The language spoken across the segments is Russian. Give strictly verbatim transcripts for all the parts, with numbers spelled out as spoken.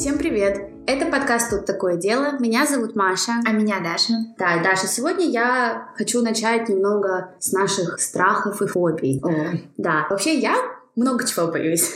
Всем привет! Это подкаст «Тут такое дело». Меня зовут Маша. А меня Даша. Да, Даша, сегодня я хочу начать немного с наших страхов и фобий. О. Да, вообще я много чего боюсь.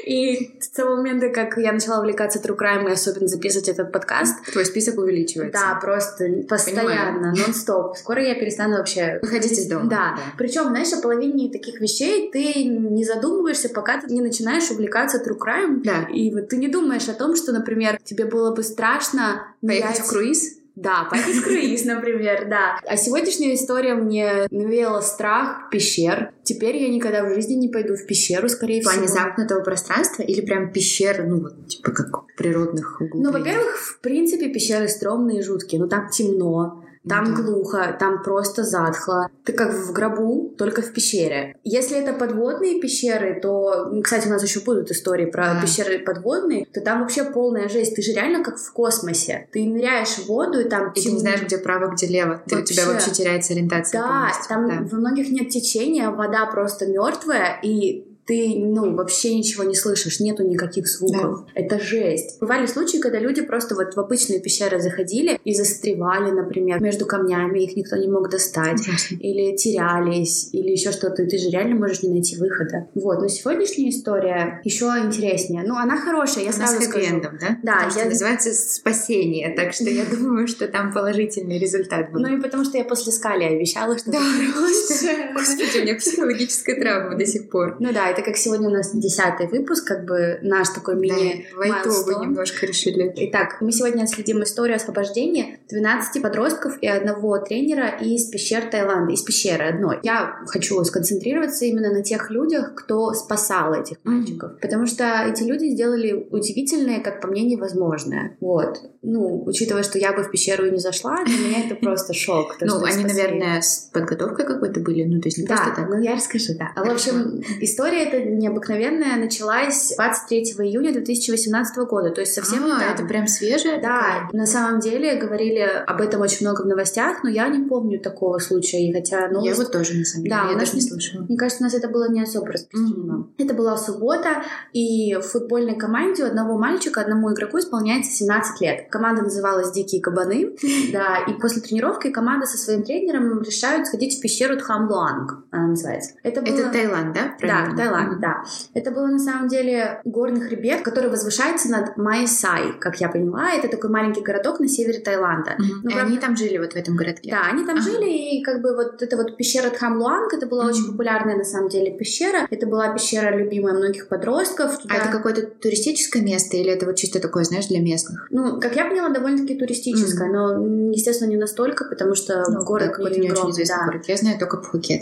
И с того момента, как я начала увлекаться true crime и особенно записывать этот подкаст... Твой список увеличивается. Да, просто постоянно, нон-стоп. Скоро я перестану вообще... Выходить из дома. Да. да. Причем, знаешь, о половине таких вещей ты не задумываешься, пока ты не начинаешь увлекаться true crime. Да. И вот ты не думаешь о том, что, например, тебе было бы страшно... Поехать нырять... в круиз? Да, поехать в круиз, например, да. А сегодняшняя история мне навеяла страх пещер. Теперь я никогда в жизни не пойду в пещеру, скорее всего. В плане замкнутого пространства или прям пещер, ну вот, типа как природных углублений? Ну, во-первых, в принципе, пещеры стрёмные и жуткие. Ну, там темно. Там да. глухо, там просто затхло. Ты как в гробу, только в пещере. Если это подводные пещеры, то... Кстати, у нас еще будут истории про да. пещеры подводные, то там вообще полная жесть. Ты же реально как в космосе. Ты ныряешь в воду, и там... И тем... ты не знаешь, где право, где лево. Ты, у тебя вообще теряется ориентация. Да, полностью. там да. во многих нет течения, вода просто мертвая, и... ты, ну, вообще ничего не слышишь, нету никаких звуков. Да. Это жесть. Бывали случаи, когда люди просто вот в обычные пещеры заходили и застревали, например, между камнями, их никто не мог достать. Ужасно. Или терялись, или еще что-то, и ты же реально можешь не найти выхода. Вот, но сегодняшняя история еще интереснее. Ну, она хорошая, я она сразу с скажу. хэппи-эндом, да? Да. Потому что я... называется «Спасение», так что я думаю, что там положительный результат был. Ну, и потому что я после Скали обещала, что... Да, просто. Господи, у меня психологическая травма до сих пор. Ну да, это как сегодня у нас десятый выпуск, как бы наш такой мини да, майлстоун немножко решили. Итак, мы сегодня следим историю освобождения двенадцати подростков и одного тренера из пещер Таиланда, из пещеры одной. Я хочу сконцентрироваться именно на тех людях, кто спасал этих мальчиков, mm-hmm. потому что эти люди сделали удивительное, как по мне, невозможное. Вот. Ну, учитывая, что я бы в пещеру и не зашла, для меня это просто шок. Ну, они, наверное, с подготовкой какой-то были, ну, то есть не просто так. Да, ну я расскажу, да. В общем, история эта необыкновенная началась двадцать третьего июня две тысячи восемнадцатого года, то есть совсем а, недавно. Это прям свежее? Да, такое? На самом деле говорили об этом очень много в новостях, но я не помню такого случая, хотя новость... Я вот тоже, на самом деле, да, я нас, даже не слышала. Мне кажется, у нас это было не особо распространено. Mm-hmm. Это была суббота, и в футбольной команде у одного мальчика, одному игроку исполняется семнадцать лет. Команда называлась «Дикие кабаны», да, и после тренировки команда со своим тренером решают сходить в пещеру Тхам Луанг, она называется. Это, было... это Таиланд, да? Правильно? Да, Таиланд, mm-hmm. да. Это было на самом деле горный хребет, который возвышается над Mae Sai, как я поняла. Это такой маленький городок на севере Таиланда. Mm-hmm. Ну, и правда... они там жили вот в этом городке? Да, они там ага. жили, и как бы вот эта вот пещера Тхам Луанг, это была mm-hmm. очень популярная на самом деле пещера. Это была пещера, любимая многих подростков. Туда... А это какое-то туристическое место или это вот чисто такое, знаешь, для местных? Ну, как я поняла, довольно-таки туристическое, mm-hmm. но, естественно, не настолько, потому что ну, город да, какой-то не очень известный да. город. Я знаю только Пхукет.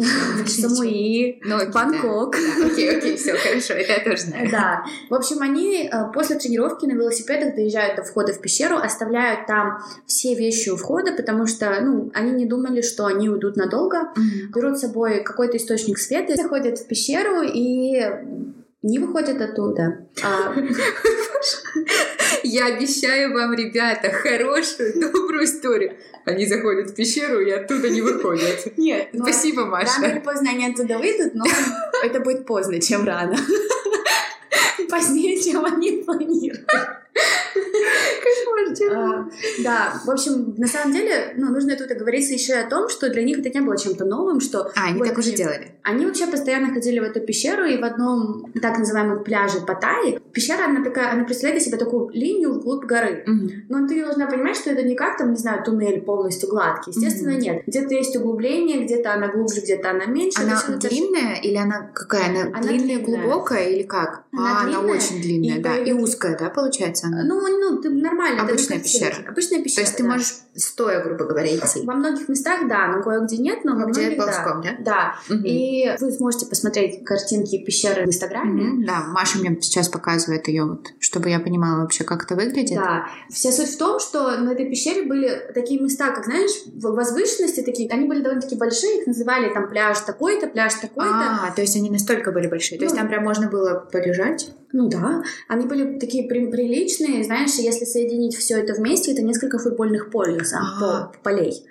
Самуи, Бангкок. Окей, окей, все, хорошо, это я тоже знаю. Да. В общем, они после тренировки на велосипедах доезжают до входа в пещеру, оставляют там все вещи у входа, потому что, ну, они не думали, что они уйдут надолго, mm-hmm. берут с собой какой-то источник света, заходят в пещеру и не выходят оттуда. Я обещаю вам, ребята, хорошую, добрую историю. Они заходят в пещеру и оттуда не выходят. Нет. Спасибо, Маша. Рано или поздно они оттуда выйдут, но это будет поздно, чем рано. Позднее, чем они планируют. А, да, в общем, на самом деле, ну, нужно тут оговориться еще и о том, что для них это не было чем-то новым, что... А, они вот, так уже делали? Они вообще постоянно ходили в эту пещеру, и в одном так называемом пляже Паттайи, пещера, она такая, она представляет из себя такую линию вглубь горы. Mm-hmm. Но ты должна понимать, что это не как там, не знаю, туннель полностью гладкий. Естественно, mm-hmm. нет. Где-то есть углубление, где-то она глубже, где-то она меньше. Она длинная или она какая? Она, она длинная, длинная, глубокая или как? Она а, длинная, она очень длинная, и да. И узкая, да, получается она? Ну, ну, ты нормально. Обычная пещера. Обычная пещера, То есть ты да. можешь стоя, грубо говоря, идти? Во многих местах, да, но кое-где нет, но во где многих, ползком, да. Да. Да. Угу. И вы сможете посмотреть картинки пещеры в Инстаграме. Угу. Да, Маша мне сейчас показывает ее, вот, чтобы я понимала вообще, как это выглядит. Да. Вся суть в том, что на этой пещере были такие места, как, знаешь, возвышенности такие, они были довольно-таки большие, их называли там пляж такой-то, пляж такой-то. А, то есть они настолько были большие. То ну, есть там прям можно было полежать? Ну да. Они были такие при- приличные, знаешь, если соединить все это вместе, это несколько футбольных полей, полей.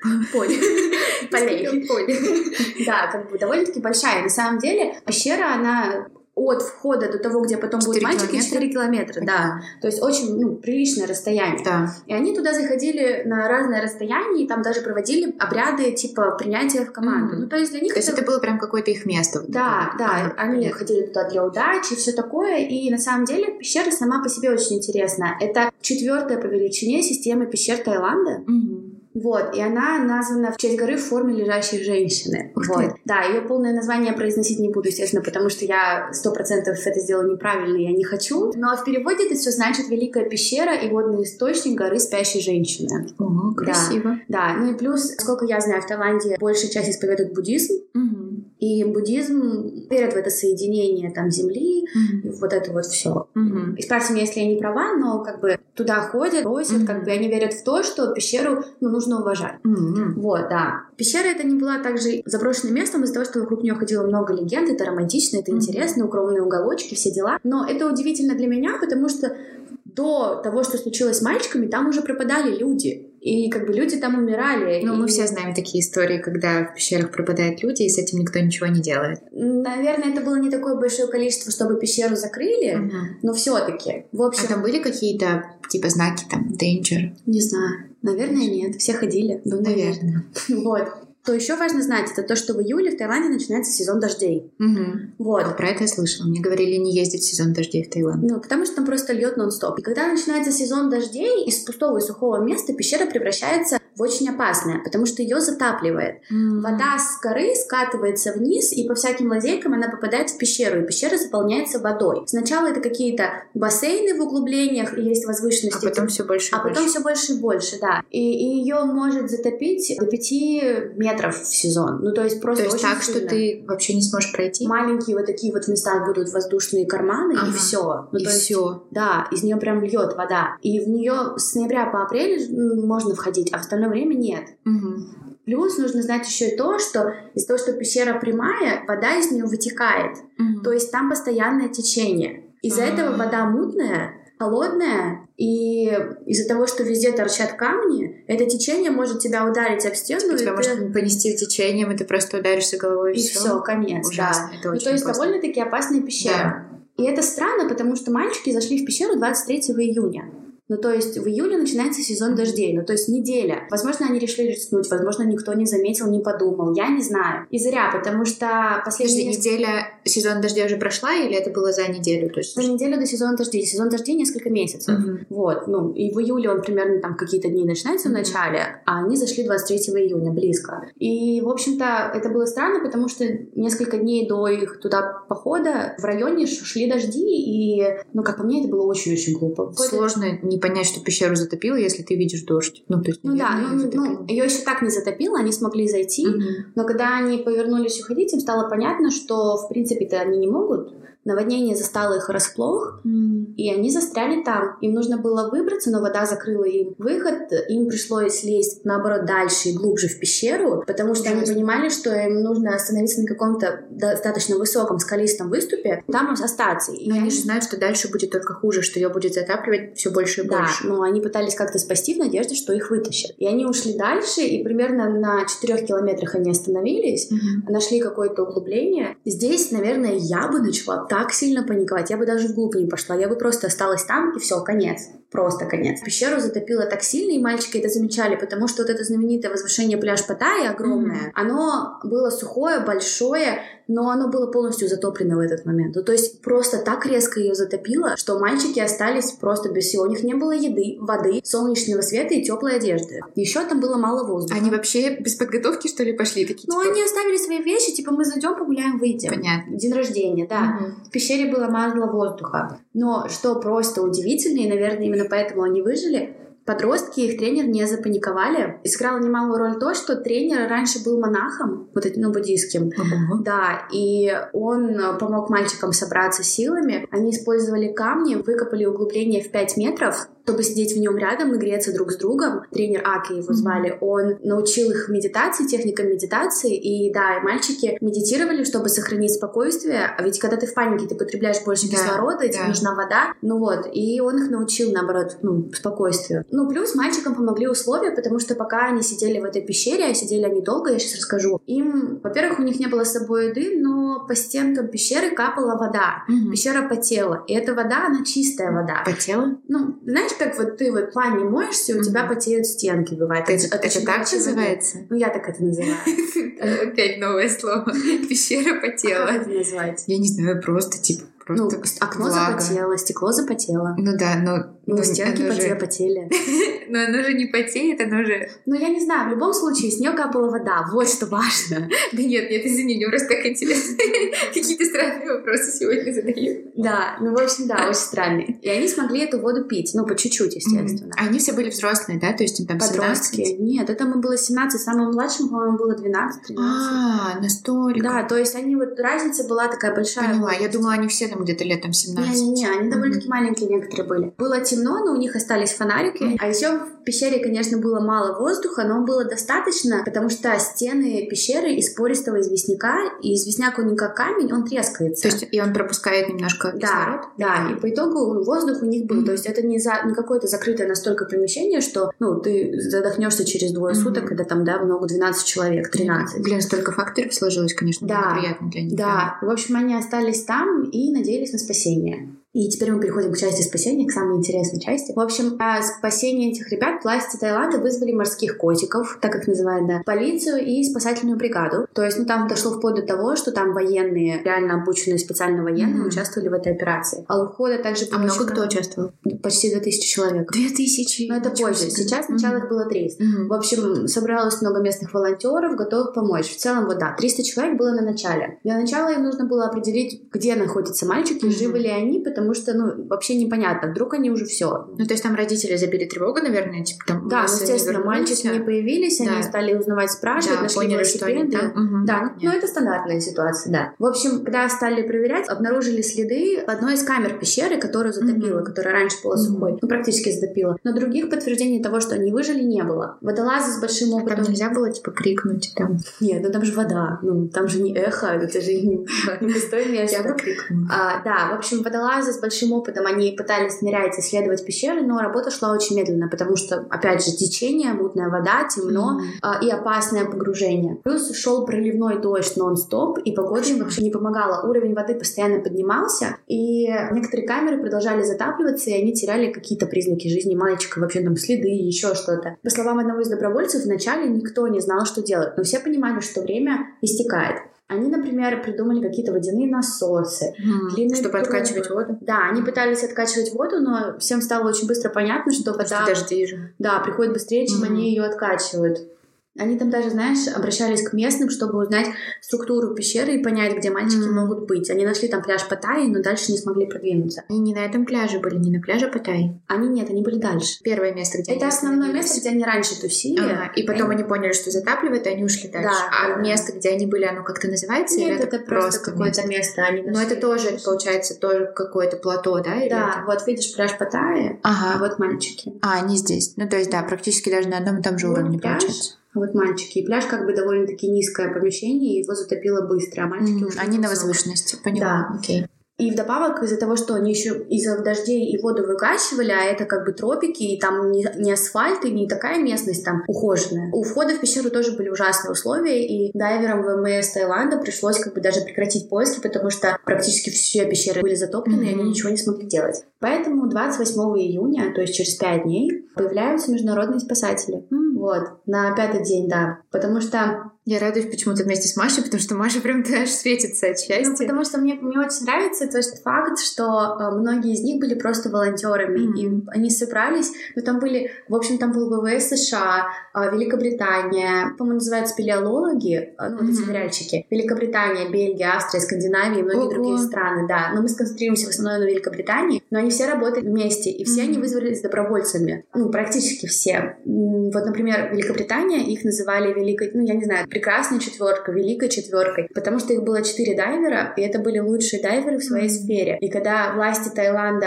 Полей. Да, как бы довольно-таки большая. На самом деле пещера, она от входа до того, где потом будут мальчики, четыре километра, okay. да. То есть очень, ну, приличное расстояние. Да. И они туда заходили на разное расстояние, и там даже проводили обряды типа принятия в команду. Mm-hmm. Ну, то есть для них то это... есть это было прям какое-то их место. Вот да, такое. да. Ага, они понятно. Ходили туда для удачи и все такое. И на самом деле пещера сама по себе очень интересная. Это четвертая по величине система пещер Таиланда. Mm-hmm. Вот, и она названа в честь горы в форме лежащей женщины. Ух вот. ты. Да, ее полное название я произносить не буду, естественно, потому что я сто процентов это сделала неправильно, и я не хочу. Но в переводе это все значит «Великая пещера и водный источник горы спящей женщины». О, красиво. Да, да. Ну и плюс, сколько я знаю, в Таиланде большая часть исповедует буддизм. Угу. И буддизм верит в это соединение там земли, угу. и вот это вот все. Угу. Исправьте меня, если я не права, но как бы туда ходят, просят, угу. как бы они верят в то, что пещеру ну, нужно уважать. Угу. Вот, да. Пещера это не была также заброшенным местом из-за того, что вокруг нее ходило много легенд, это романтично, это угу. интересно, укромные уголочки, все дела. Но это удивительно для меня, потому что до того, что случилось с мальчиками, там уже пропадали люди. И как бы люди там умирали. Ну, и... мы все знаем такие истории, когда в пещерах пропадают люди, и с этим никто ничего не делает. Наверное, это было не такое большое количество, чтобы пещеру закрыли, угу. но все-таки. В общем... А там были какие-то типа знаки, там, danger? Не знаю. Наверное, нет. Все ходили. Ну, наверное. Вот. Что еще важно знать, это то, что в июле в Таиланде начинается сезон дождей. Угу. Вот. Вот про это я слышала. Мне говорили не ездить в сезон дождей в Таиланд. Ну, потому что там просто льет нон-стоп. И когда начинается сезон дождей, из пустого и сухого места пещера превращается в очень опасное, потому что ее затапливает. Mm. Вода с горы скатывается вниз, и по всяким лазейкам она попадает в пещеру, и пещера заполняется водой. Сначала это какие-то бассейны в углублениях, и есть возвышенности. А потом все больше и а больше. потом все больше и больше, да. И, и ее может затопить до пяти метров в сезон. Ну, то есть просто То есть очень так, сильно. что ты вообще не сможешь пройти? Маленькие вот такие вот места будут воздушные карманы, ага. и все. Ну, и все. Да, из нее прям льет вода. И в нее с ноября по апрель можно входить, а в остальное время нет. Угу. Плюс нужно знать еще и то, что из-за того, что пещера прямая, вода из нее вытекает. Угу. То есть там постоянное течение. Из-за А-а-а. этого вода мутная, холодная, и из-за того, что везде торчат камни, это течение может тебя ударить об стену. Типа тебя ты... может понести течением, и ты просто ударишься головой, и, и все. все, конец. Ужасно. Да. Это ну, очень то есть опасно. довольно-таки опасная пещера. Да. И это странно, потому что мальчики зашли в пещеру двадцать третьего июня. Ну, то есть в июле начинается сезон дождей, ну, то есть неделя. Возможно, они решили рискнуть, возможно, никто не заметил, не подумал, я не знаю. И зря, потому что последняя... Подожди, неделя сезон дождей уже прошла, или это было за неделю? То есть... За неделю до сезона дождей. Сезон дождей несколько месяцев. Uh-huh. Вот, ну, и в июле он примерно там какие-то дни начинается uh-huh. в начале, а они зашли двадцать третьего июня, близко. И, в общем-то, это было странно, потому что несколько дней до их туда похода в районе шли дожди, и, ну, как по мне, это было очень-очень глупо. Сложно не понять, что пещеру затопило, если ты видишь дождь. Ну, то есть, ну да, ну, ну, ее еще так не затопило, они смогли зайти, угу. но когда они повернулись уходить, им стало понятно, что, в принципе-то, они не могут. Наводнение застало их врасплох, mm. и они застряли там. Им нужно было выбраться, но вода закрыла им выход. Им пришлось лезть, наоборот, дальше и глубже в пещеру, потому что Ужасно. Они понимали, что им нужно остановиться на каком-то достаточно высоком скалистом выступе, там остаться. И но они же знают, что дальше будет только хуже, что ее будет затапливать все больше и да, больше. но они пытались как-то спасти в надежде, что их вытащат. И они ушли дальше, и примерно на четырех километрах они остановились, mm-hmm. нашли какое-то углубление. Здесь, наверное, я бы начала так сильно паниковать. Я бы даже вглубь не пошла. Я бы просто осталась там, и все, конец. Просто конец. Пещеру затопило так сильно, и мальчики это замечали, потому что вот это знаменитое возвышение пляж Паттайи огромное, mm-hmm. оно было сухое, большое, но оно было полностью затоплено в этот момент. Ну, то есть просто так резко ее затопило, что мальчики остались просто без всего. У них не было еды, воды, солнечного света и теплой одежды. Еще там было мало воздуха. Они вообще без подготовки, что ли, пошли такие? Ну, типа... они оставили свои вещи, типа мы зайдем, погуляем, выйдем. Понятно. День рождения, да. Mm-hmm. В пещере было мало воздуха. Но что просто удивительно, и, наверное, именно поэтому они выжили, подростки, их тренер не запаниковали. И сыграло немалую роль то, что тренер раньше был монахом, вот этим, ну, буддийским. Uh-huh. Да, и он помог мальчикам собраться силами. Они использовали камни, выкопали углубление в пять метров, чтобы сидеть в нем рядом и греться друг с другом. Тренер Аки его звали. Mm-hmm. Он научил их медитации, техникам медитации. И да, и мальчики медитировали, чтобы сохранить спокойствие. А ведь когда ты в панике, ты потребляешь больше да, кислорода, тебе да. нужна вода. Ну вот, и он их научил, наоборот, ну, спокойствию. Ну, плюс мальчикам помогли условия, потому что пока они сидели в этой пещере, а сидели они долго, я сейчас расскажу, им, во-первых, у них не было с собой еды, но по стенкам пещеры капала вода. Mm-hmm. Пещера потела. И эта вода, она чистая вода. Потела? Ну, знаешь, как вот ты вот в плане моешься, у mm-hmm. тебя потеют стенки, бывает. Это, это, это так называется? Ну, я так это называю. Опять новое слово. Пещера потела. А как это называется? Я не знаю, просто типа ну, окно влага. Запотело, стекло запотело. Ну да, но... Ну, ну стенки потели, же... потели. Но оно же не потеет, оно же... Ну, я не знаю, в любом случае, с нее капала вода, вот что важно. Да нет, нет, извини, мне просто так интересно. Какие-то странные вопросы сегодня задаю. Да, ну, в общем, да, очень странные. И они смогли эту воду пить, ну, по чуть-чуть, естественно. Они все были взрослые, да? То есть им там подростки? Нет, этому было семнадцать, самому младшему, по-моему, было двенадцать-тринадцать. А, настолько. Да, то есть они вот, разница была такая большая. Поняла, я думала, они все там где-то летом семнадцать. Не-не-не, они довольно-таки маленькие некоторые были. Было темно, но у них остались фонарики. А еще в пещере, конечно, было мало воздуха, но было достаточно, потому что стены пещеры из пористого известняка, и известняк, он не как камень, он трескается. То есть и он пропускает немножко кислород? Да, да, и по итогу воздух у них был. Mm-hmm. То есть это не, за, не какое-то закрытое настолько помещение, что ну, ты задохнешься через двое mm-hmm. суток, когда там, да, много двенадцать человек, тринадцать. Блин, столько факторов сложилось, конечно, да, неприятно для них. Да, в общем, они остались там и надеялись на спасение. И теперь мы переходим к части спасения, к самой интересной части. В общем, о спасении этих ребят власти Таиланда вызвали морских котиков, так их называют, да, полицию и спасательную бригаду. То есть, ну, там дошло вплоть до того, что там военные, реально обученные специально военные, mm-hmm. участвовали в этой операции. А у входа также... А много кто участвовал? Почти две тысячи человек. Две тысячи? Но это позже. Сейчас сначала mm-hmm. их было триста. Mm-hmm. В общем, собралось много местных волонтеров, готовых помочь. В целом, вот да, триста человек было на начале. Для начала им нужно было определить, где находятся мальчики, mm-hmm. живы ли они, потому Потому что, ну, вообще непонятно, вдруг они уже все. Ну, то есть там родители забили тревогу, наверное, типа там... Да, ну, естественно, не мальчики не появились, да. они стали узнавать, спрашивать, да, нашли поняли, велосипеды. Угу, да, ну, это стандартная ситуация, да. В общем, когда стали проверять, обнаружили следы одной из камер пещеры, которую затопило, угу. которая раньше была сухой, угу. ну, практически затопила. Но других подтверждений того, что они выжили, не было. Водолазы с большим опытом... А там нельзя было, типа, крикнуть там? Нет, ну там же вода, ну, там же не эхо, это же не пустое место. Я бы крикнула. Да, в общем, водолазы с большим опытом, они пытались нырять, исследовать пещеры, но работа шла очень медленно, потому что, опять же, течение, мутная вода, темно mm-hmm. и опасное погружение. Плюс шел проливной дождь нон-стоп, и погода им вообще не помогала. Уровень воды постоянно поднимался, и некоторые камеры продолжали затапливаться, и они теряли какие-то признаки жизни мальчика, вообще там следы, еще что-то. По словам одного из добровольцев, вначале никто не знал, что делать, но все понимали, что время истекает. Они, например, придумали какие-то водяные насосы. Mm, длинные чтобы трубы. Откачивать воду? Да, они пытались откачивать воду, но всем стало очень быстро понятно, что вода... Дожди же. Да, приходит быстрее, чем mm-hmm. они ее откачивают. Они там даже, знаешь, обращались к местным, чтобы узнать структуру пещеры и понять, где мальчики mm-hmm. могут быть. Они нашли там пляж Паттайи, но дальше не смогли продвинуться. Они не на этом пляже были, не на пляже Паттайи? Они нет, они были дальше. Первое место, где Это они основное место, где они раньше тусили. Ага. И потом они... они поняли, что затапливает, и они ушли дальше. Да, а да. место, где они были, оно как-то называется? Нет, или это, это просто, просто какое-то место. Они но это тоже, дальше. Получается, тоже какое-то плато, да? Или да, это? вот видишь пляж Паттайи, ага. а вот мальчики. А, они здесь. Ну, то есть, да, практически даже на одном и том же вот уровне пляж. Получается. Вот мальчики. И пляж как бы довольно-таки низкое помещение, его затопило быстро, а мальчики mm, ушли. Они на возвышенности, поняла. Да. Окей. И вдобавок из-за того, что они еще из-за дождей и воду выкачивали, а это как бы тропики, и там не, не асфальт, и не такая местность там ухоженная. У входа в пещеру тоже были ужасные условия, и дайверам ВМС Таиланда пришлось как бы даже прекратить поиски, потому что практически все пещеры были затоплены, mm-hmm. и они ничего не смогли делать. Поэтому двадцать восьмого июня, то есть через пять дней, появляются международные спасатели. Mm-hmm. Вот, на пятый день, да. Потому что... Я радуюсь почему-то вместе с Машей, потому что Маша прям аж светится от счастья. Ну, потому что мне, мне очень нравится тот факт, что э, многие из них были просто волонтерами, mm-hmm. и они собрались, но там были, в общем, там был ВВС США, э, Великобритания, по-моему, называются спелеологи, э, ну, вот mm-hmm. эти ныряльщики, Великобритания, Бельгия, Австрия, Скандинавия и многие Ого. другие страны, да, но мы сконцентрируемся в основном на Великобритании, но они все работали вместе, и все mm-hmm. они вызвались добровольцами, ну, практически все. Вот, например, Великобритания, их называли Великой, ну, я не знаю, прекрасной четверкой, великой четверкой, потому что их было четыре дайвера, и это были лучшие дайверы в своей сфере. И когда власти Таиланда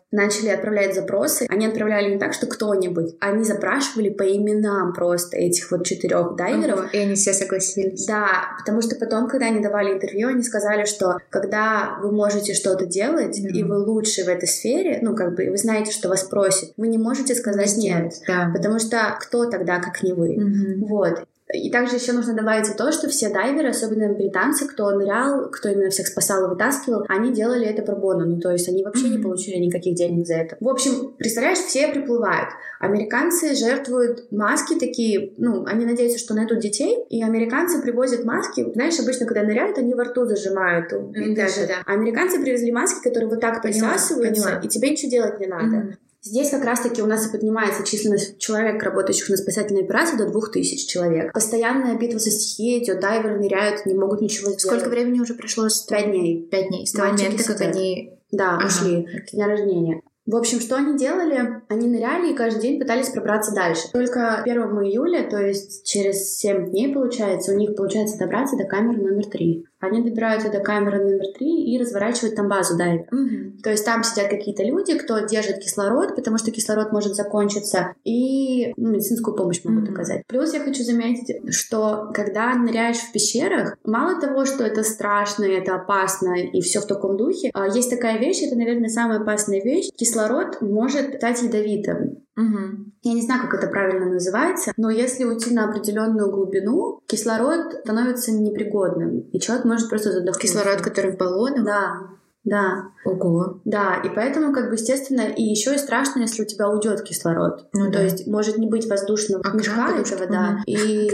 начали отправлять запросы. Они отправляли не так, что кто-нибудь. Они запрашивали по именам просто этих вот четырех дайверов. Ого, и они все согласились. Да, потому что потом, когда они давали интервью, они сказали, что когда вы можете что-то делать, mm. и вы лучший в этой сфере, ну, как бы, вы знаете, что вас просят, вы не можете сказать нет. нет да. Потому что кто тогда, как не вы? Mm-hmm. Вот. И также еще нужно добавить и то, что все дайверы, особенно британцы, кто нырял, кто именно всех спасал и вытаскивал, они делали это про-боно, ну то есть они вообще mm-hmm. не получили никаких денег за это. В общем, представляешь, все приплывают. Американцы жертвуют маски такие, ну, они надеются, что найдут детей, и американцы привозят маски, знаешь, обычно, когда ныряют, они во рту зажимают. Mm-hmm. Да, да, да. А американцы привезли маски, которые вот так присасываются, и тебе ничего делать не надо. Mm-hmm. Здесь как раз-таки у нас и поднимается численность человек, работающих на спасательной операции, до двух тысяч человек. Постоянная битва со стихией идет, дайверы ныряют, не могут ничего сделать. Сколько времени уже прошло? Пять дней. Пять дней. С того момента, как они... Да, ага. ушли с дня рождения. В общем, что они делали? Они ныряли и каждый день пытались пробраться дальше. Только первого июля, то есть через семь дней, получается, у них получается добраться до камеры номер три. Они добираются до камеры номер три и разворачивают там базу дайвера. Mm-hmm. То есть там сидят какие-то люди, кто держит кислород, потому что кислород может закончиться, и ну, медицинскую помощь могут mm-hmm. оказать. Плюс я хочу заметить, что когда ныряешь в пещерах, мало того, что это страшно, это опасно и все в таком духе, есть такая вещь, это, наверное, самая опасная вещь. Кислород может стать ядовитым. Угу. Я не знаю, как это правильно называется, но если уйти на определенную глубину, кислород становится непригодным, и человек может просто задохнуться. Кислород, который в баллонах? Да. Да. Ого. Да, и поэтому, как бы, естественно, и еще и страшно, если у тебя уйдет кислород. Ну, То да. есть может не быть воздушного а мешка этого, угу. да, и,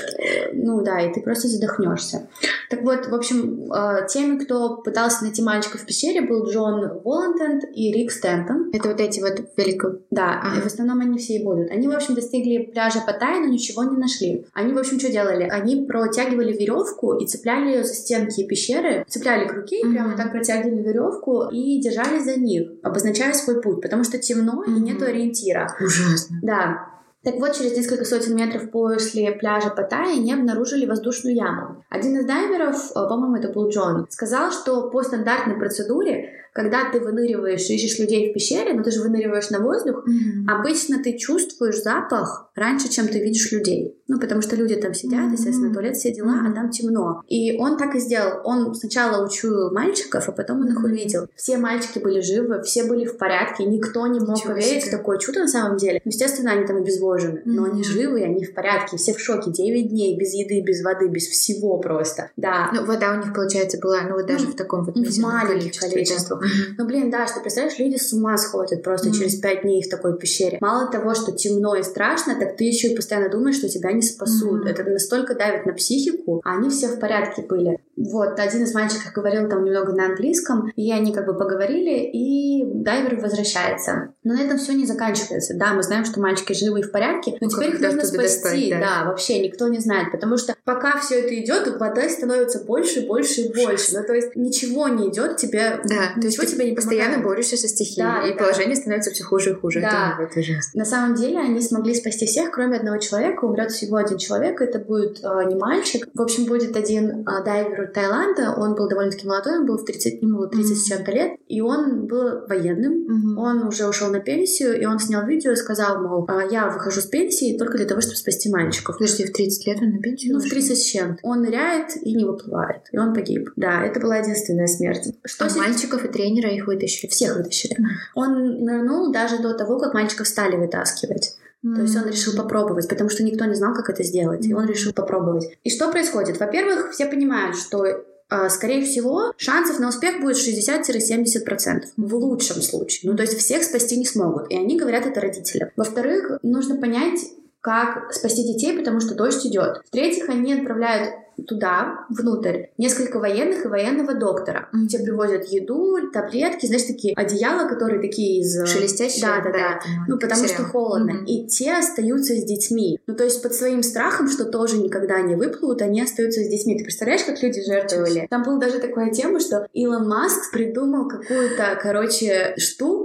ну да, и ты просто задохнешься. Так вот, в общем, теми, кто пытался найти мальчика в пещере, был Джон Волантент и Рик Стэнтон. Это вот эти вот велико... Да, ага. и в основном они все и будут. Они, в общем, достигли пляжа Паттайи, но ничего не нашли. Они, в общем, что делали? Они протягивали веревку и цепляли ее за стенки пещеры, цепляли к руке и mm-hmm. прямо так протягивали веревку и держались за них, обозначая свой путь, потому что темно mm-hmm. и нету ориентира. Ужасно. Да. Так вот, через несколько сотен метров после пляжа Паттайи они обнаружили воздушную яму. Один из дайверов, по-моему, это был Джон, сказал, что по стандартной процедуре, когда ты выныриваешь и ищешь людей в пещере, но ты же выныриваешь на воздух, mm-hmm. обычно ты чувствуешь запах раньше, чем ты видишь людей. Ну, потому что люди там сидят, mm-hmm. естественно, туалет, все дела, mm-hmm. а там темно. И он так и сделал. Он сначала учуял мальчиков, а потом он mm-hmm. их увидел. Все мальчики были живы, все были в порядке, никто не мог Ничего поверить себе. В такое чудо на самом деле. Ну, естественно, они там обезвожены, mm-hmm. но они живы, они в порядке, все в шоке. девять дней без еды, без воды, без всего просто. Да. Ну, вода у них, получается, была, ну, вот даже ну, в таком вот в маленьких количествах. Mm-hmm. Ну, блин, да, что, представляешь, люди с ума сходят просто mm-hmm. через пять дней в такой пещере. Мало того, что темно и страшно, так ты еще и постоянно думаешь, что тебя не спасут. Mm-hmm. Это настолько давит на психику, а они все в порядке были. Вот, один из мальчиков говорил там немного на английском, и они как бы поговорили, и дайвер возвращается. Но на этом все не заканчивается. Да, мы знаем, что мальчики живы и в порядке, но ну, теперь их нужно спасти. Достать, да. да, вообще никто не знает, потому что пока все это идет, вода становится больше, больше и больше. Ну, то есть ничего не идет тебе, да, ничего то есть тебе не постоянно помогает. Борешься со стихией, да, и да. положение становится все хуже и хуже. Да. Это, это ужасно. На самом деле они смогли спасти всех, кроме одного человека. Умрет всего один человек, это будет э, не мальчик. В общем, будет один э, дайвер из Таиланда. Он был довольно-таки молодой, он был в тридцать, ему было тридцать с чем-то лет, и он был военным. Mm-hmm. Он уже ушел на пенсию, и он снял видео и сказал, мол, я выхожу с пенсии только для того, чтобы спасти мальчиков. Подожди, в тридцать лет он на пенсию? Ну, в тридцать с чем-то. Он ныряет и не выплывает, и он погиб. Да, это была единственная смерть. Что а с... мальчиков и тренера их вытащили? Всех вытащили. Mm-hmm. Он нырнул даже до того, как мальчиков стали вытаскивать. Mm-hmm. То есть он решил попробовать, потому что никто не знал, как это сделать, mm-hmm. и он решил попробовать. И что происходит? Во-первых, все понимают, что скорее всего, шансов на успех будет шестьдесят-семьдесят процентов. В лучшем случае. Ну, то есть всех спасти не смогут. И они говорят это родителям. Во-вторых, нужно понять, как спасти детей, потому что дождь идет. В-третьих, они отправляют туда, внутрь, несколько военных и военного доктора. Mm-hmm. Тебе привозят еду, таблетки, знаешь, такие одеяла, которые такие из... Шелестящие? Да, да, да. да. Ну, потому сериал. Что холодно. Mm-hmm. И те остаются с детьми. Ну, то есть под своим страхом, что тоже никогда не выплывут, они остаются с детьми. Ты представляешь, как люди жертвовали? Там была даже такая тема, что Илон Маск придумал какую-то, короче, штуку,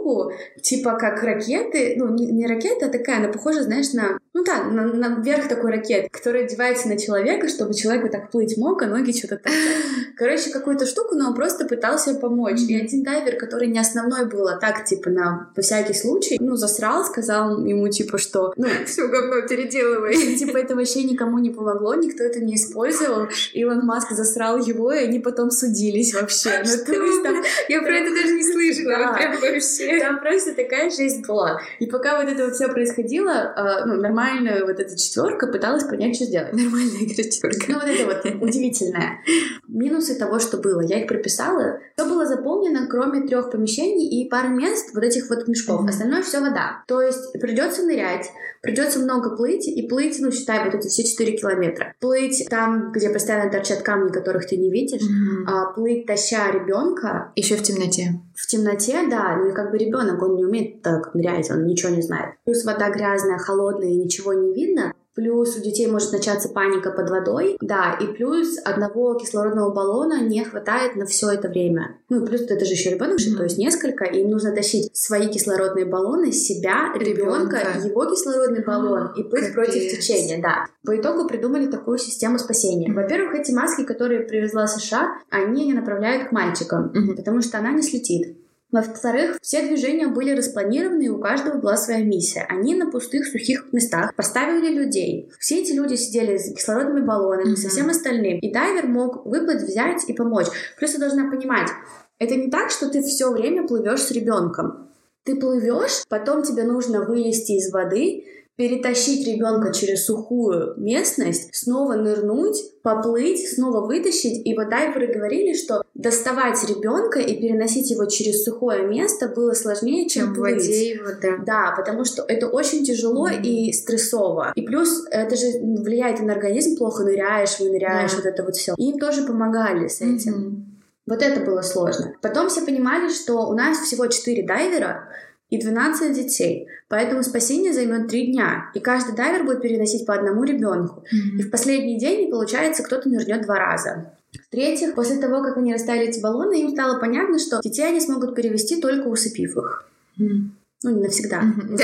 штуку, типа как ракеты, ну, не, не ракета, а такая, она похожа, знаешь, на, ну да, на, на верх такой ракеты, которая одевается на человека, чтобы человек вот так плыть мог, а ноги что-то так. Короче, какую-то штуку, но он просто пытался помочь. И один дайвер, который не основной был, а так, типа, на по всякий случай, ну, засрал, сказал ему, типа, что, ну, все говно переделывай. Типа, это вообще никому не помогло, никто это не использовал. Илон Маск засрал его, и они потом судились вообще. Ну, то есть, там... Я про это даже не слышала. Да. Прям вообще. Там просто такая жесть была. И пока вот это вот все происходило, ну, нормальная вот эта четверка пыталась понять, что сделать. Нормальная четверка. Ну, вот это вот удивительное. Минусы того, что было. Я их прописала. Все было заполнено, кроме трех помещений и пары мест вот этих вот мешков. Mm-hmm. Остальное все вода. То есть придется нырять, придется много плыть, и плыть, ну, считай, вот эти все четыре километра. Плыть там, где постоянно торчат камни, которых ты не видишь, mm-hmm. а, плыть, таща ребенка. Еще в темноте. В темноте, да, ну и как бы ребенок, он не умеет так нырять, он ничего не знает. Плюс вода грязная, холодная, и ничего не видно. Плюс у детей может начаться паника под водой, да, и плюс одного кислородного баллона не хватает на все это время. Ну и плюс это же еще ребенок, mm-hmm. то есть несколько, и им нужно тащить свои кислородные баллоны, себя, ребенка, его кислородный баллон и плыть против течения, да. По итогу придумали такую систему спасения. Mm-hmm. Во-первых, эти маски, которые привезла США, они не направляют к мальчикам, mm-hmm. потому что она не слетит. Во-вторых, все движения были распланированы, и у каждого была своя миссия. Они на пустых, сухих местах поставили людей. Все эти люди сидели с кислородными баллонами, mm-hmm. со всем остальным. И дайвер мог выплыть, взять и помочь. Плюс ты должна понимать, это не так, что ты все время плывешь с ребенком. Ты плывешь, потом тебе нужно вылезти из воды, перетащить ребенка через сухую местность, снова нырнуть, поплыть, снова вытащить. И вот дайверы говорили, что доставать ребенка и переносить его через сухое место было сложнее, чем, чем плыть. В воде его, да. Да, потому что это очень тяжело mm-hmm. и стрессово. И плюс это же влияет и на организм, плохо ныряешь, выныряешь, yeah. вот это вот все. И им тоже помогали с этим. Mm-hmm. Вот это было сложно. Потом все понимали, что у нас всего четыре дайвера и двенадцать детей. Поэтому спасение займет три дня. И каждый дайвер будет переносить по одному ребенку. Mm-hmm. И в последний день, получается, кто-то нырнет два раза. В-третьих, после того, как они расставили эти баллоны, им стало понятно, что детей они смогут перевести, только усыпив их. Mm-hmm. Ну, не навсегда. Может,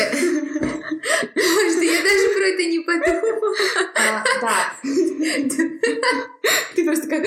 я даже про это не подумала. Да. Ты просто как...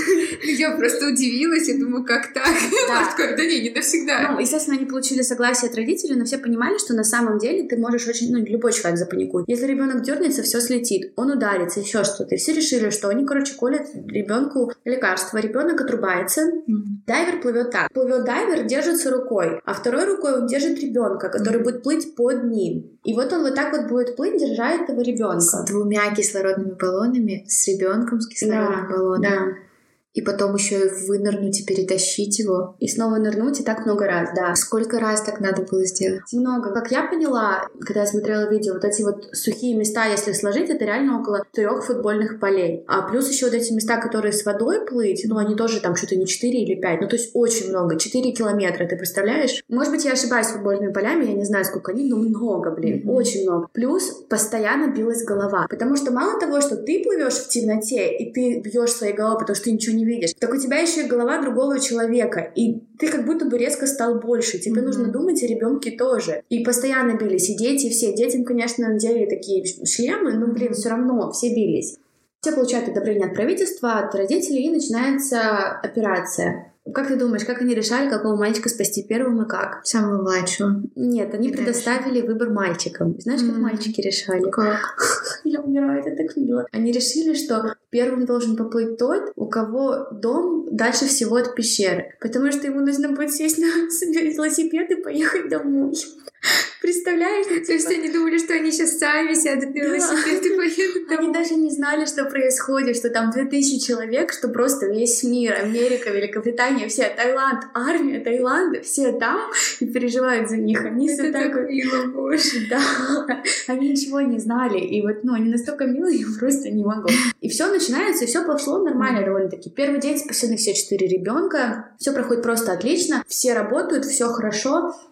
Я просто удивилась, я думаю, как так? Да, да не, не навсегда. Ну, естественно, они получили согласие от родителей, но все понимали, что на самом деле ты можешь очень... Ну, любой человек запаникует. Если ребенок дернется, все слетит, он ударится, еще что-то. И все решили, что они, короче, колят ребенку лекарство. Ребенок отрубается. Mm-hmm. Дайвер плывет так. Плывет дайвер, держится рукой, а второй рукой он держит ребенка, который mm-hmm. будет плыть под ним. И вот он вот так вот будет плыть, держа этого ребенка. С двумя кислородными баллонами, с ребенком с кислородным да, баллоном. Да. И потом еще вынырнуть и перетащить его. И снова нырнуть, и так много раз, да. Сколько раз так надо было сделать? Много. Как я поняла, когда я смотрела видео, вот эти вот сухие места, если сложить, это реально около трех футбольных полей. А плюс еще вот эти места, которые с водой плыть, ну, они тоже там что-то не четыре или пять, ну, то есть очень много. четыре километра, ты представляешь? Может быть, я ошибаюсь с футбольными полями, я не знаю, сколько они, но много, блин, mm-hmm. очень много. Плюс постоянно билась голова. Потому что мало того, что ты плывешь в темноте, и ты бьешь своей головой, потому что ты ничего не видишь, так у тебя еще и голова другого человека, и ты как будто бы резко стал больше. Тебе mm-hmm. нужно думать о ребенке тоже. И постоянно бились, и дети, и все. Детям, конечно, надели такие шлемы, но, блин, все равно все бились. Все получают одобрение от правительства, от родителей, и начинается операция. Как ты думаешь, как они решали, какого мальчика спасти первым и как? Самого младшего. Нет, они и предоставили дальше выбор мальчикам. Знаешь, как mm-hmm. мальчики решали? Как? Я умираю, это так мило. Они решили, что первым должен поплыть тот, у кого дом дальше всего от пещеры. Потому что ему нужно будет сесть на велосипед и поехать домой. Представляешь? То есть они думали, что они сейчас сами сядут на велосипед и поедут домой. Они даже не знали, что происходит, что там две тысячи человек, что просто весь мир, Америка, Великобритания, все, Таиланд, армия Таиланда, все там и переживают за них. Они это все так так мило, боже. Да, они ничего не знали. И вот, ну, они настолько милые, я просто не могу. И все начинается, и все пошло нормально довольно-таки. Первый день спасены все четыре ребенка, все проходит просто отлично, все работают, все хорошо.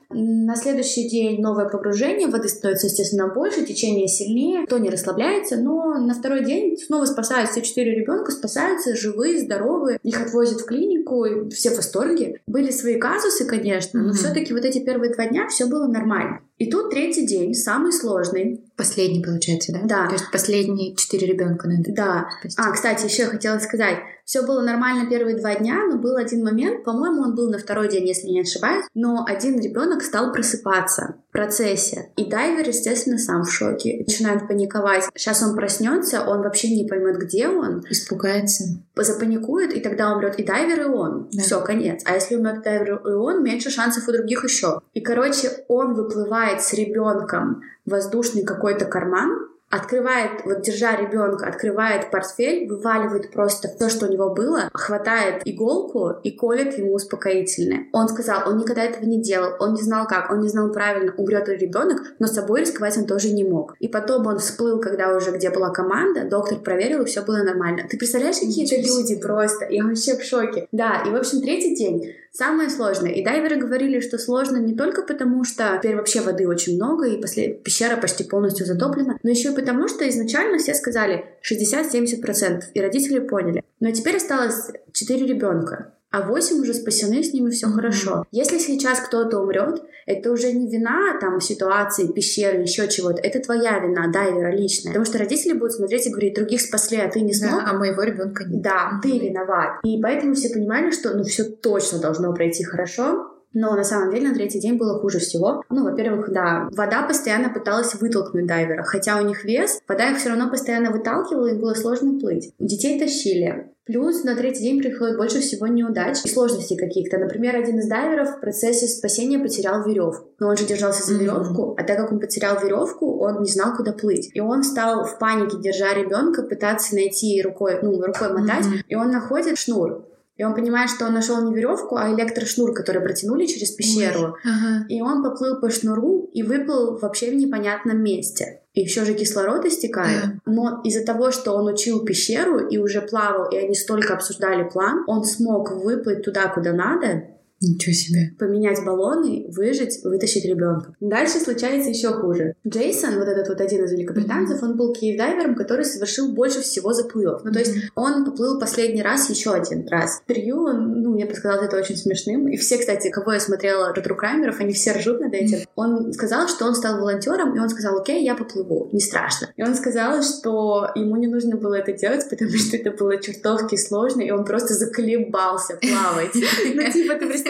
На следующий день новое погружение, воды становится, естественно, больше, течение сильнее, никто не расслабляется, но на второй день снова спасают все четыре ребенка, спасаются живые, здоровые, их отвозят в клинику, и все в восторге. Были свои казусы, конечно, но mm-hmm. все-таки вот эти первые два дня все было нормально. И тут третий день, самый сложный. Последний, получается, да? Да. То есть последние четыре ребенка надо. Да. Спасти. А, кстати, еще я хотела сказать, все было нормально первые два дня, но был один момент, по-моему, он был на второй день, если не ошибаюсь, но один ребенок стал просыпаться в процессе. И дайвер, естественно, сам в шоке, начинает паниковать. Сейчас он проснется, он вообще не поймет, где он. Испугается. Запаникует, и тогда умрет и дайвер, и он. Да. Все, конец. А если умрет дайвер, и он, меньше шансов у других еще. И, короче, он выплывает с ребенком в воздушный какой-то карман, открывает, вот держа ребенка, открывает портфель, вываливает просто все, что у него было, хватает иголку и колет ему успокоительное. Он сказал, он никогда этого не делал, он не знал как, он не знал правильно, умрет ли ребенок, но с собой рисковать он тоже не мог. И потом он всплыл, когда уже где была команда, доктор проверил, и все было нормально. Ты представляешь, какие-то люди просто? Я вообще в шоке. Да, и в общем третий день самое сложное. И дайверы говорили, что сложно не только потому, что теперь вообще воды очень много, и после... пещера почти полностью затоплена, но еще и потому, что изначально все сказали шестьдесят-семьдесят процентов, и родители поняли. Но теперь осталось четыре ребенка, а восемь уже спасены, с ними все mm-hmm. хорошо. Если сейчас кто-то умрет, это уже не вина там ситуации, пещеры, еще чего-то. Это твоя вина, дайвера личная. Потому что родители будут смотреть и говорить, других спасли, а ты не смог. Да, а моего ребенка нет. Да, mm-hmm. ты виноват. И поэтому все понимали, что ну все точно должно пройти хорошо. Но на самом деле на третий день было хуже всего. Ну, во-первых, да, вода постоянно пыталась вытолкнуть дайвера. Хотя у них вес, вода их все равно постоянно выталкивала, им было сложно плыть. Детей тащили. Плюс на третий день приходит больше всего неудач и сложностей каких-то. Например, один из дайверов в процессе спасения потерял веревку. Но он же держался за веревку, mm-hmm. а так как он потерял веревку, он не знал, куда плыть. И он стал в панике, держа ребенка, пытаться найти рукой, ну, рукой мотать, mm-hmm. и он находит шнур. И он понимает, что он нашел не веревку, а электрошнур, который протянули через пещеру. Ага. И он поплыл по шнуру и выплыл вообще в непонятном месте. И еще же кислород истекает. Да. Но из-за того, что он учил пещеру и уже плавал, и они столько обсуждали план, он смог выплыть туда, куда надо. Ничего себе. Поменять баллоны, выжить, вытащить ребенка. Дальше случается еще хуже. Джейсон, вот этот вот один из великобританцев, mm-hmm. он был кейв-дайвером, который совершил больше всего заплывов. Ну, то есть mm-hmm. он поплыл последний раз еще один раз. В интервью он, ну, мне показалось это очень смешным. И все, кстати, кого я смотрела, ретро-краймеров, они все ржут над этим. Mm-hmm. Он сказал, что он стал волонтером, и он сказал, окей, я поплыву, не страшно. И он сказал, что ему не нужно было это делать, потому что это было чертовски сложно, и он просто заколебался плавать. Ну, типа, ты представляешь,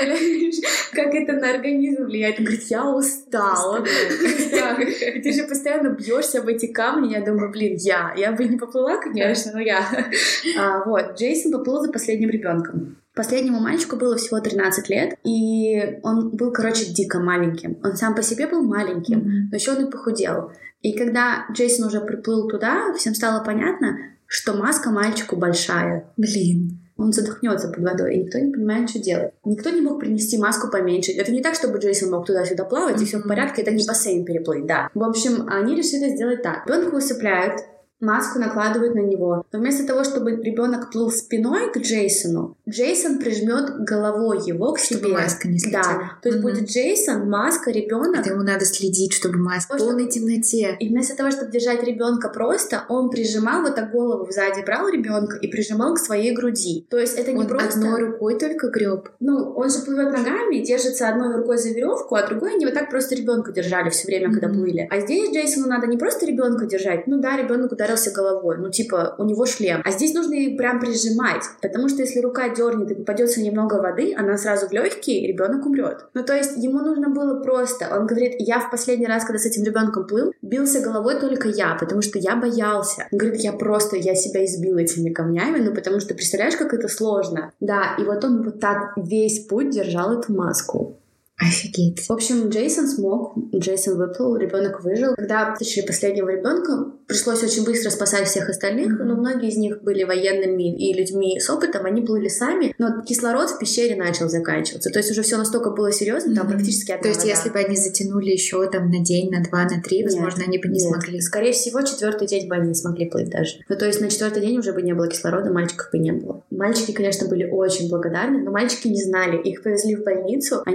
как это на организм влияет. Он говорит, я устала. Ты же постоянно бьешься об эти камни. Я думаю, блин, я. Я бы не поплыла, конечно, но я. Вот, Джейсон поплыл за последним ребенком. Последнему мальчику было всего тринадцать лет, и он был, короче, дико маленьким. Он сам по себе был маленьким, mm-hmm. но еще он и похудел. И когда Джейсон уже приплыл туда, всем стало понятно, что маска мальчику большая. Блин. Он задохнется под водой, и никто не понимает, что делать. Никто не мог принести маску поменьше. Это не так, чтобы Джейсон мог туда-сюда плавать, mm-hmm. и все в порядке, это не бассейн переплыть, да. В общем, они решили сделать так. Ребенка усыпляют, маску накладывают на него. Но вместо того, чтобы ребенок плыл спиной к Джейсону, Джейсон прижмет головой его к себе. Чтобы маска не слетела. Да. То есть mm-hmm. будет Джейсон, маска, ребенок. Это ему надо следить, чтобы маска в полной темноте. И вместо того, чтобы держать ребенка просто, он прижимал вот так голову сзади, брал ребенка и прижимал к своей груди. То есть это не он просто... одной рукой только греб. Ну, он же плывет ногами, держится одной рукой за веревку, а другой они вот так просто ребенка держали все время, mm-hmm. когда плыли. А здесь Джейсону надо не просто ребенка держать. Ну да, ребенок ударился головой, ну типа у него шлем. А здесь нужно и прям прижимать, потому что если рука дернет и попадется немного воды, она сразу в легкие, и ребенок умрет. Ну то есть ему нужно было просто. Он говорит, я в последний раз, когда с этим ребенком плыл, бился головой только я, потому что я боялся. Он говорит, я просто, я себя избил этими камнями, ну потому что представляешь, как это сложно. Да, и вот он вот так весь путь держал эту маску. Офигеть. В общем, Джейсон смог, Джейсон выплыл, ребенок выжил. Когда вытащили последнего ребенка, пришлось очень быстро спасать всех остальных, mm-hmm. но многие из них были военными и людьми с опытом, они плыли сами, но кислород в пещере начал заканчиваться. То есть уже все настолько было серьезно, mm-hmm. там практически одна То есть вода. если бы они затянули еще там на день, на два, на три, возможно, нет, они бы не нет. смогли. Скорее всего, четвертый день бы они не смогли плыть даже. Ну то есть на четвертый день уже бы не было кислорода, мальчиков бы не было. Мальчики, конечно, были очень благодарны, но мальчики не знали. Их повезли в больницу, они пролежали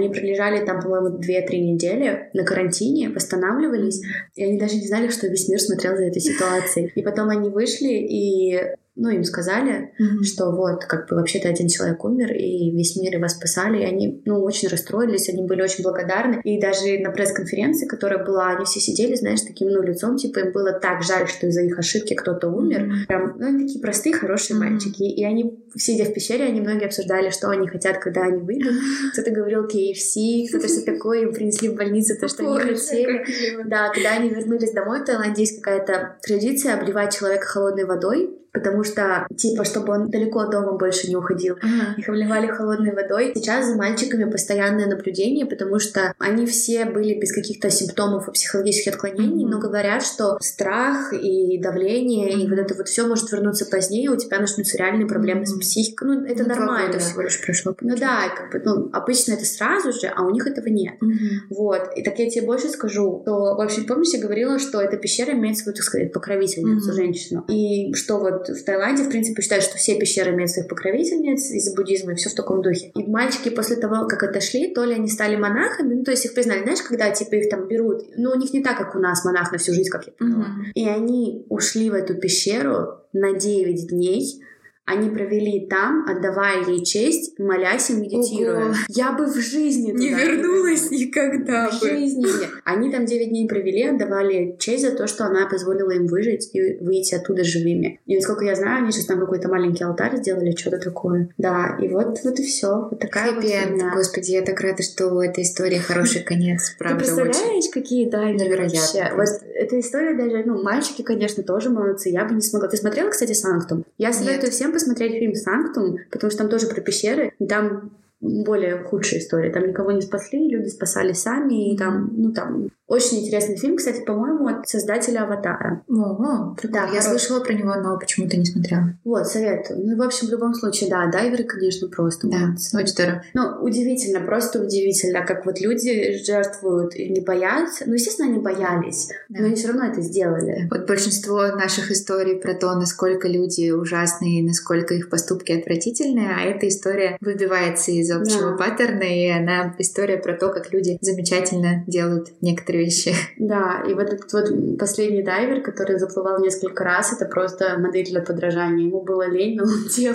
лежали там, по-моему, две-три недели на карантине, восстанавливались, и они даже не знали, что весь мир смотрел за этой ситуацией. И потом они вышли, и ну, им сказали, mm-hmm. что вот, как бы, вообще-то один человек умер, и весь мир его спасали, и они, ну, очень расстроились, они были очень благодарны. И даже на пресс-конференции, которая была, они все сидели, знаешь, таким, ну, лицом, типа, им было так жаль, что из-за их ошибки кто-то умер. Mm-hmm. Прям, ну, они такие простые, хорошие mm-hmm. мальчики. И они, сидя в пещере, они многие обсуждали, что они хотят, когда они выйдут. Кто-то говорил кей эф си, кто-то что такое, им принесли в больницу то, что они хотели. Да, когда они вернулись домой, в Таиланде есть какая-то традиция обливать человека холодной водой, потому что, типа, чтобы он далеко от дома больше не уходил. Uh-huh. Их обливали холодной водой. Сейчас за мальчиками постоянное наблюдение, потому что они все были без каких-то симптомов и психологических отклонений, uh-huh. но говорят, что страх и давление, uh-huh. и вот это вот все может вернуться позднее, у тебя начнутся реальные проблемы uh-huh. с психикой. Ну, это ну, нормально. Это всего лишь прошло. Ну да, как бы, ну, обычно это сразу же, а у них этого нет. Uh-huh. Вот. И так я тебе больше скажу, что, в общем, помнишь, я говорила, что эта пещера имеет свою, так сказать, покровительницу, uh-huh. женщину. И что вот в Таиланде, в принципе, считают, что все пещеры имеют своих покровительниц из буддизма и все в таком духе. И мальчики после того, как отошли, то ли они стали монахами, ну, то есть их признали, знаешь, когда, типа, их там берут, ну, у них не так, как у нас, монах на всю жизнь, как я поняла. Uh-huh. И они ушли в эту пещеру на девять дней. Они провели там, отдавая ей честь, молясь и медитируя. Ого. Я бы в жизни не вернулась не никогда в бы. В жизни нет. Они там девять дней провели, отдавали честь за то, что она позволила им выжить и выйти оттуда живыми. И насколько я знаю, они сейчас там какой-то маленький алтарь сделали, что-то такое. Да, и вот, вот и все. Вот такая вот фигня. Господи, я так рада, что у этой истории хороший конец. Правда, ты представляешь, очень... какие дайверы невероятно. Вот эта история даже, ну, мальчики, конечно, тоже молодцы. Я бы не смогла. Ты смотрела, кстати, «Санктум»? Я советую Нет. всем посмотреть фильм «Санктум», потому что там тоже про пещеры. Там более худшая история. Там никого не спасли, люди спасали сами. И там, ну, там очень интересный фильм, кстати, по-моему, от создателя «Аватара». О, прикольно. Да, я слышала про него, но почему-то не смотрела. Вот, советую. Ну, в общем, в любом случае, да, дайверы, конечно, просто да, молодцы. Очень здорово. Ну, удивительно, просто удивительно, как вот люди жертвуют и не боятся. Ну, естественно, они боялись, да. но они все равно это сделали. Вот большинство наших историй про то, насколько люди ужасные, насколько их поступки отвратительные, а эта история выбивается из общего да. паттерна, и она история про то, как люди замечательно делают некоторые вещи. Да, и вот этот вот последний дайвер, который заплывал несколько раз, это просто модель для подражания. Ему было лень, но он делал.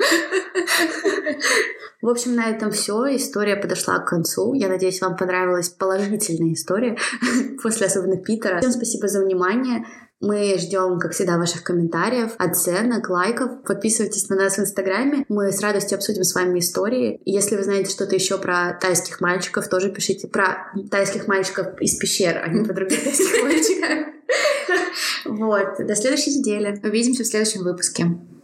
В общем, на этом все. История подошла к концу. Я надеюсь, вам понравилась положительная история после особенно Питера. Всем спасибо за внимание. Мы ждем, как всегда, ваших комментариев, оценок, лайков. Подписывайтесь на нас в Инстаграме. Мы с радостью обсудим с вами истории. И если вы знаете что-то еще про тайских мальчиков, тоже пишите про тайских мальчиков из пещер, а не про других тайских мальчиков. Вот. До следующей недели. Увидимся в следующем выпуске.